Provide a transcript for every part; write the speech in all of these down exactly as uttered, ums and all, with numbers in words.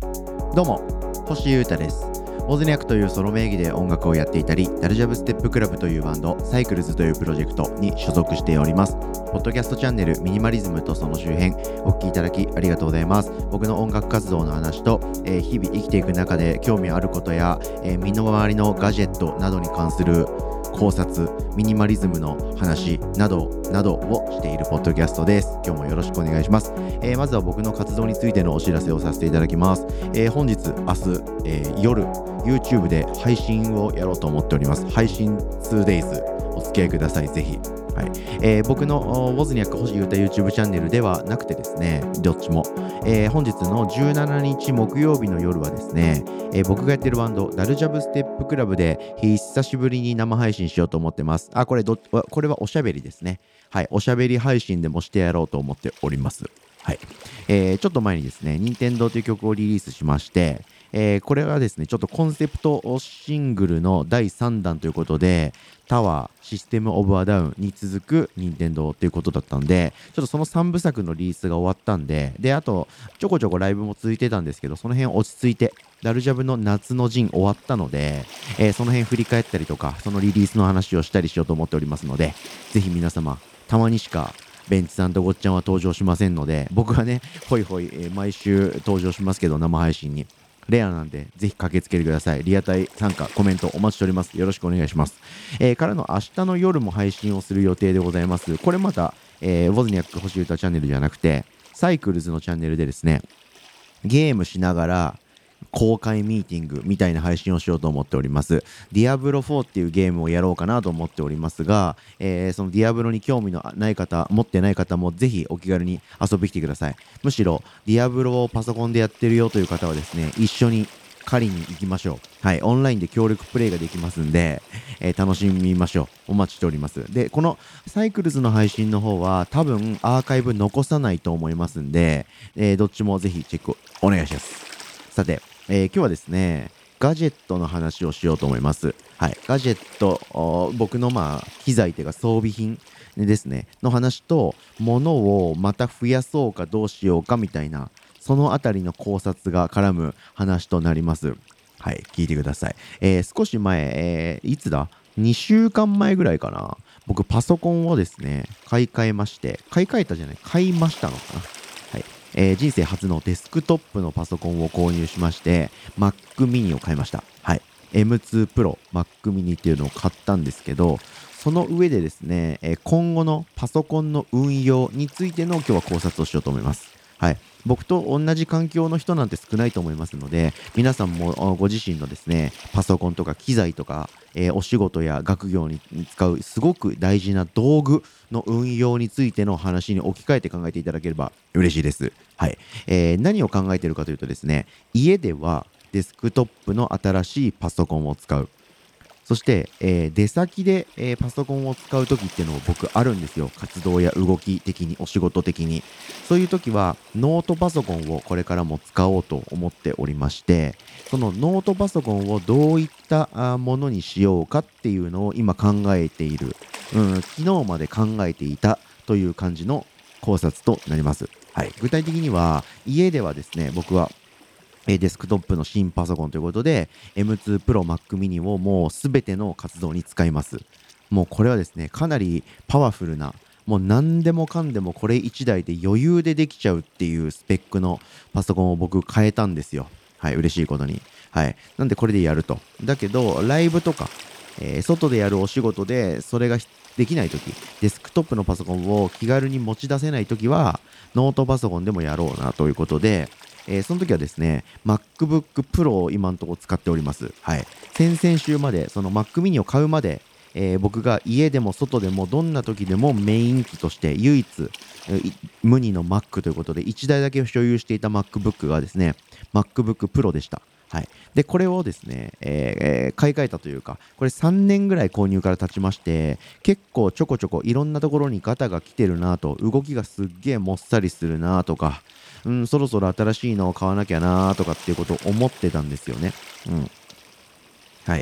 どうも、星優太です。オズニャクというソロ名義で音楽をやっていたり、ダルジャブステップクラブというバンド、サイクルズというプロジェクトに所属しております。ポッドキャストチャンネルミニマリズムとその周辺、お聞きいただきありがとうございます。僕の音楽活動の話と、えー日々生きていく中で興味あることや、えー身の回りのガジェットなどに関する考察、ミニマリズムの話などなどをしているポッドキャストです。今日もよろしくお願いします。えーまずは僕の活動についてのお知らせをさせていただきます。えー本日、明日、えー夜、YouTube で配信をやろうと思っております。配信 ツーデイズ お付き合いください、ぜひ。はいえー僕のウォズニャック星優太 YouTube チャンネルではなくてですね、どっちも、えー本日のじゅうしちにち木曜日の夜はですね、えー僕がやってるバンドダルジャブステップクラブで久しぶりに生配信しようと思ってます。あ、これどこれはおしゃべりですね。はい、おしゃべり配信でもしてやろうと思っております。はい、えーちょっと前にですね、任天堂という曲をリリースしまして、えーこれはですね、ちょっとコンセプトシングルのだいさんだんということで、タワー、システムオブアダウンに続く任天堂ということだったんで、ちょっとそのさんぶさくのリリースが終わったんで、で、あと、ちょこちょこライブも続いてたんですけど、その辺落ち着いて、ダルジャブの夏の陣終わったので、えーその辺振り返ったりとか、そのリリースの話をしたりしようと思っておりますので、ぜひ皆様、たまにしかベンチさんとごっちゃんは登場しませんので、僕はね、ほいほい、えー毎週登場しますけど、生配信に。レアなんで、ぜひ駆けつけてください。リアタイ参加、コメントお待ちしております。よろしくお願いします。えーからの明日の夜も配信をする予定でございます。これまた、えーウォズニャック星歌チャンネルじゃなくて、サイクルズのチャンネルでですね、ゲームしながら公開ミーティングみたいな配信をしようと思っております。ディアブロフォーっていうゲームをやろうかなと思っておりますが、えーそのディアブロに興味のない方、持ってない方もぜひお気軽に遊びに来てください。むしろディアブロをパソコンでやってるよという方はですね、一緒に狩りに行きましょう。はい、オンラインで協力プレイができますんで、えー楽しみましょう。お待ちしております。で、このサイクルズの配信の方は多分アーカイブ残さないと思いますんで、えーどっちもぜひチェックお願いします。さて、えー今日はですね、ガジェットの話をしようと思います。はい、ガジェット、お僕のまあ機材というか装備品ですね、の話と、物をまた増やそうかどうしようかみたいな、そのあたりの考察が絡む話となります。はい、聞いてください。えー少し前、えーいつだ ?に 週間前ぐらいかな。僕パソコンをですね、買い替えまして、買い替えたじゃない、買いましたのかな。はい。えー人生初のデスクトップのパソコンを購入しまして、Mac mini を買いました。はい。エムツー Pro Mac mini っていうのを買ったんですけど、その上でですね、えー今後のパソコンの運用についての今日は考察をしようと思います。はい。僕と同じ環境の人なんて少ないと思いますので、皆さんもあご自身のですね、パソコンとか機材とか、えーお仕事や学業に使うすごく大事な道具の運用についての話に置き換えて考えていただければ嬉しいです。はい。えー何を考えているかというとですね、家ではデスクトップの新しいパソコンを使う。そして、えー出先で、えーパソコンを使う時っていうのも僕あるんですよ。活動や動き的に、お仕事的に。そういう時はノートパソコンをこれからも使おうと思っておりまして、そのノートパソコンをどういったあものにしようかっていうのを今考えている。うん、昨日まで考えていたという感じの考察となります。はい。具体的には、家ではですね、僕はえーデスクトップの新パソコンということで エムツー Pro Mac mini をもうすべての活動に使います。もうこれはですね、かなりパワフルな、もう何でもかんでもこれいちだいで余裕でできちゃうっていうスペックのパソコンを僕変えたんですよ。はい、嬉しいことに。はい。なんでこれでやると。だけど、ライブとか、えー外でやるお仕事でそれができないとき、デスクトップのパソコンを気軽に持ち出せないときは、ノートパソコンでもやろうなということで、えーその時はですね、MacBook Pro を今のところ使っております。はい。先々週まで、その Mac mini を買うまで、えー僕が家でも外でもどんな時でもメイン機として唯一、えーい無二の Mac ということでいちだいだけ所有していた MacBook がですね、MacBook Pro でした。はい。で、これをですね、えーえー買い替えたというか、これさんねんぐらい購入から経ちまして、結構ちょこちょこいろんなところにガタが来てるなと、動きがすっげえもっさりするなとか、うん、そろそろ新しいのを買わなきゃなとかっていうことを思ってたんですよね。うん。はい。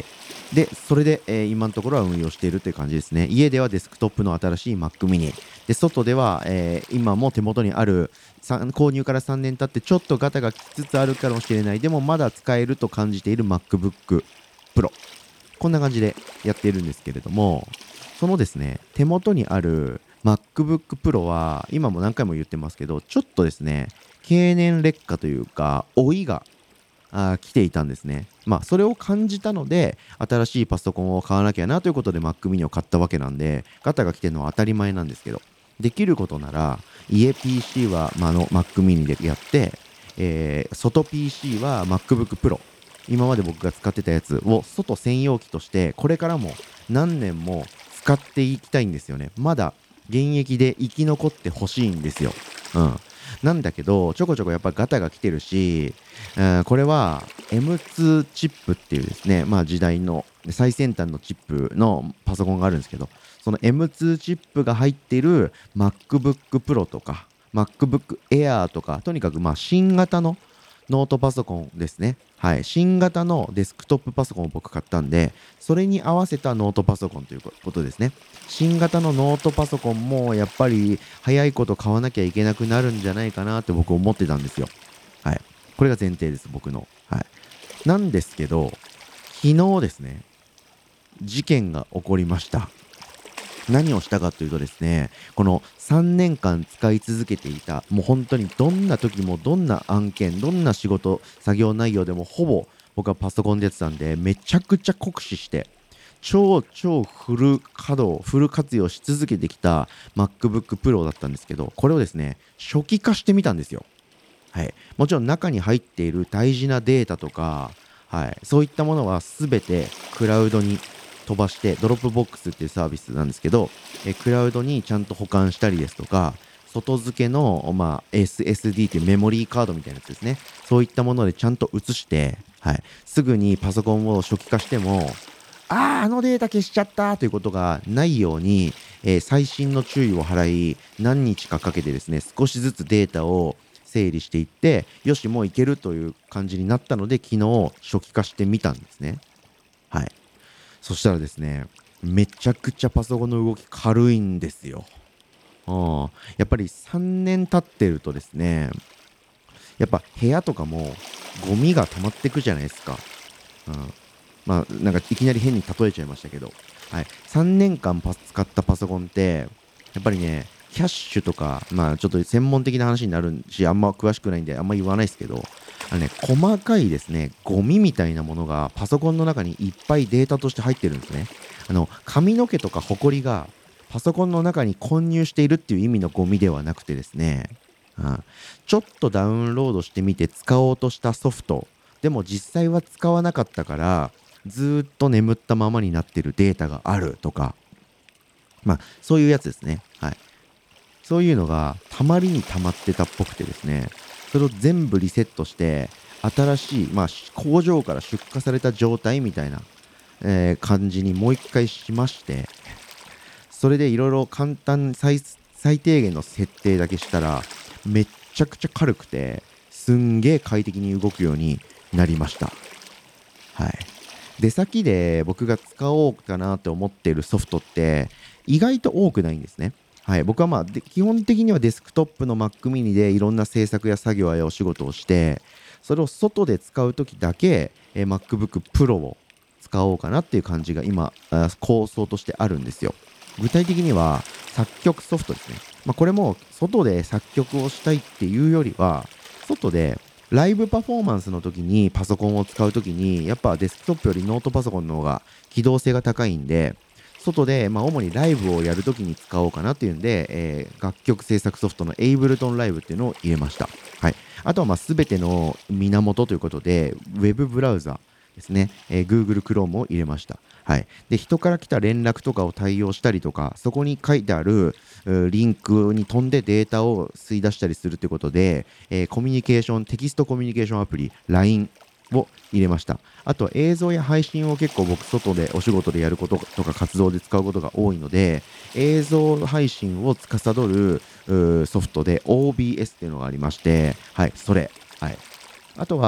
で、それで、えー今のところは運用しているという感じですね。家ではデスクトップの新しい Mac mini。で、外では、えー今も手元にある、さ購入からさんねん経ってちょっとガタがきつつあるかもしれない。でもまだ使えると感じている MacBook Pro。こんな感じでやっているんですけれども、そのですね、手元にある MacBook Pro は、今も何回も言ってますけど、ちょっとですね、経年劣化というか、老いがあー来ていたんですね。まあ、それを感じたので、新しいパソコンを買わなきゃなということで Mac mini を買ったわけなんで、ガタが来てるのは当たり前なんですけど、できることなら、家 ピーシー は、まあ、あの Mac mini でやって、えー外 ピーシー は MacBook Pro。今まで僕が使ってたやつを外専用機として、これからも何年も使っていきたいんですよね。まだ現役で生き残ってほしいんですよ。うん。なんだけど、ちょこちょこやっぱガタが来てるし、うんこれは エムツー チップっていうですね、まあ時代の最先端のチップのパソコンがあるんですけど、その エムツー チップが入っている MacBook Pro とか MacBook Air とか、とにかくまあ新型のノートパソコンですね。はい。新型のデスクトップパソコンを僕買ったんで、それに合わせたノートパソコンということですね。新型のノートパソコンもやっぱり早いこと買わなきゃいけなくなるんじゃないかなって僕思ってたんですよ。はい。これが前提です、僕の。はい。なんですけど、昨日ですね、事件が起こりました。何をしたかというとですね、このさんねんかん使い続けていた、もう本当にどんな時もどんな案件、どんな仕事、作業内容でもほぼ僕はパソコンでやってたんで、めちゃくちゃ酷使して、超超フル稼働、フル活用し続けてきた MacBook Pro だったんですけど、これをですね、初期化してみたんですよ。はい。もちろん中に入っている大事なデータとか、はい、そういったものはすべてクラウドに飛ばして、ドロップボックスっていうサービスなんですけど、えクラウドにちゃんと保管したりですとか、外付けの、まあ、エスエスディー っていうメモリーカードみたいなやつですね。そういったものでちゃんと移して、はい、すぐにパソコンを初期化しても、ああ、あのデータ消しちゃったということがないように、えー最新の注意を払い、何日かかけてですね、少しずつデータを整理していって、よし、もういけるという感じになったので、昨日初期化してみたんですね。はい。そしたらですね、めちゃくちゃパソコンの動き軽いんですよ。うん。やっぱりさんねん経ってるとですね、やっぱ部屋とかもゴミが溜まってくじゃないですか。うん。まあ、なんかいきなり変に例えちゃいましたけど、はい。さんねんかんパ使ったパソコンって、やっぱりね、キャッシュとか、まあちょっと専門的な話になるし、あんま詳しくないんであんま言わないですけど、あのね、細かいですね、ゴミみたいなものがパソコンの中にいっぱいデータとして入ってるんですね。あの、髪の毛とかホコリがパソコンの中に混入しているっていう意味のゴミではなくてですね、うん、ちょっとダウンロードしてみて使おうとしたソフト、でも実際は使わなかったから、ずーっと眠ったままになってるデータがあるとか、まあそういうやつですね。はい。そういうのがたまりにたまってたっぽくてですね、それを全部リセットして、新しい、まあ、し工場から出荷された状態みたいな、えー感じにもう一回しまして、それでいろいろ簡単最、最低限の設定だけしたら、めっちゃくちゃ軽くて、すんげー快適に動くようになりました。はい。出先で僕が使おうかなって思っているソフトって意外と多くないんですね。はい。僕はまあで基本的にはデスクトップの Mac mini でいろんな制作や作業やお仕事をして、それを外で使うときだけ、えー MacBook Pro を使おうかなっていう感じが今、あ構想としてあるんですよ。具体的には作曲ソフトですね。まあ、これも外で作曲をしたいっていうよりは、外でライブパフォーマンスの時にパソコンを使う時にやっぱデスクトップよりノートパソコンの方が機動性が高いんで、外で、まあ、主にライブをやるときに使おうかなっていうんで、えー楽曲制作ソフトの Ableton Live っていうのを入れました。はい。あとは、まあ、すべての源ということで、ウェブブラウザですね、えー Google Chrome を入れました。はい。で、人から来た連絡とかを対応したりとか、そこに書いてあるうーリンクに飛んでデータを吸い出したりするということで、えーコミュニケーション、テキストコミュニケーションアプリ、ライン を入れました。あとは映像や配信を結構僕外でお仕事でやることとか活動で使うことが多いので、映像配信を司るうーソフトで オービーエス っていうのがありまして、はい、それ。はい。あとは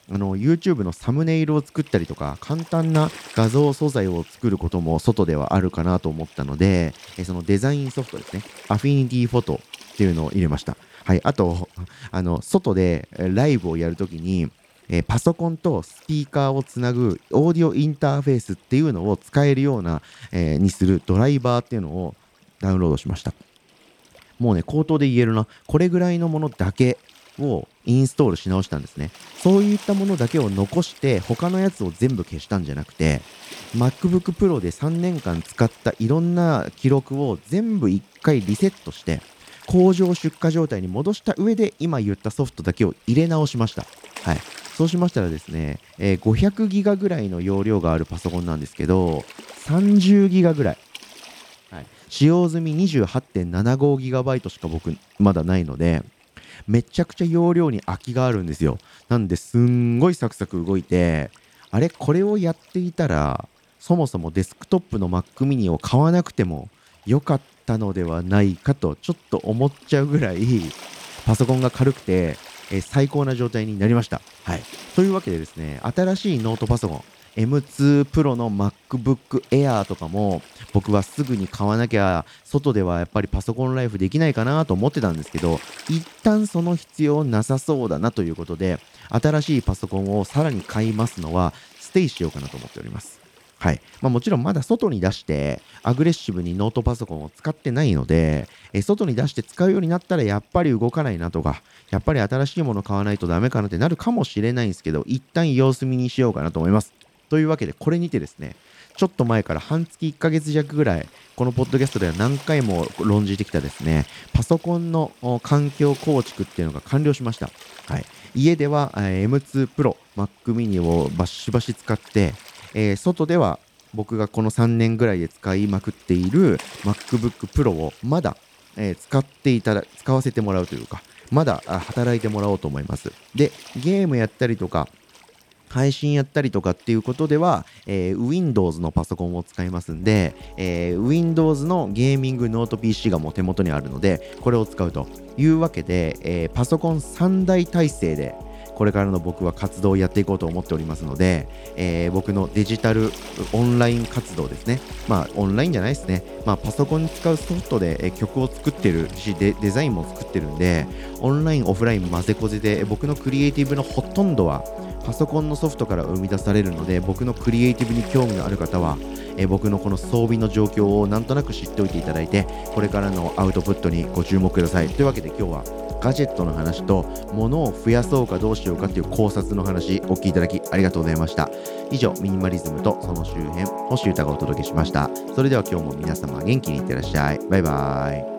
あの YouTube のサムネイルを作ったりとか簡単な画像素材を作ることも外ではあるかなと思ったので、えそのデザインソフトですね、アフィニティフォトっていうのを入れました。はい、あとあの外でえライブをやるときに、えーパソコンとスピーカーをつなぐオーディオインターフェースっていうのを使えるような、えーにするドライバーっていうのをダウンロードしました。もうね、口頭で言えるな。これぐらいのものだけをインストールし直したんですね。そういったものだけを残して、他のやつを全部消したんじゃなくて、MacBook Pro でさんねんかん使ったいろんな記録を全部いっかいリセットして、工場出荷状態に戻した上で、今言ったソフトだけを入れ直しました。はい。そうしましたらですね、えーごひゃくギガぐらいの容量があるパソコンなんですけど、さんじゅうギガぐらい。はい、使用済み にじゅうはちてんななごギガバイト しか僕まだないので、めちゃくちゃ容量に空きがあるんですよ。なんですんごいサクサク動いて、あれこれをやっていたら、そもそもデスクトップの Mac mini を買わなくても良かったのではないかとちょっと思っちゃうぐらい、パソコンが軽くて、えー最高な状態になりました。はい。というわけでですね、新しいノートパソコン、エムツー Pro の MacBook Air とかも僕はすぐに買わなきゃ外ではやっぱりパソコンライフできないかなと思ってたんですけど、一旦その必要なさそうだなということで、新しいパソコンをさらに買いますのはステイしようかなと思っております。はい。まあもちろんまだ外に出してアグレッシブにノートパソコンを使ってないので、え外に出して使うようになったらやっぱり動かないなとか、やっぱり新しいもの買わないとダメかなってなるかもしれないんですけど、一旦様子見にしようかなと思います。というわけで、これにてですね、ちょっと前から半月いっかげつ弱ぐらい、このポッドキャストでは何回も論じてきたですね、パソコンのお環境構築っていうのが完了しました。はい。家では、えー エムツー Pro、Mac mini をバシバシ使って、えー外では僕がこのさんねんぐらいで使いまくっている MacBook Pro をまだ、えー使っていただ、使わせてもらうというか、まだあ働いてもらおうと思います。で、ゲームやったりとか、配信やったりとかっていうことでは、えー Windows のパソコンを使いますんで、えー Windows のゲーミングノート ピーシー がもう手元にあるので、これを使うというわけで、えーパソコンさんだい体制で、これからの僕は活動をやっていこうと思っておりますので、えー僕のデジタルオンライン活動ですね。まあ、オンラインじゃないですね。まあ、パソコンに使うソフトで、えー曲を作ってるしデ、デザインも作ってるんで、オンライン、オフライン混ぜこぜで、えー僕のクリエイティブのほとんどは、パソコンのソフトから生み出されるので、僕のクリエイティブに興味のある方は、えー僕のこの装備の状況をなんとなく知っておいていただいて、これからのアウトプットにご注目ください。というわけで今日はガジェットの話と物を増やそうかどうしようかっていう考察の話お聞きいただきありがとうございました。以上、ミニマリズムとその周辺、星歌がお届けしました。それでは今日も皆様元気にいってらっしゃい。バイバーイ。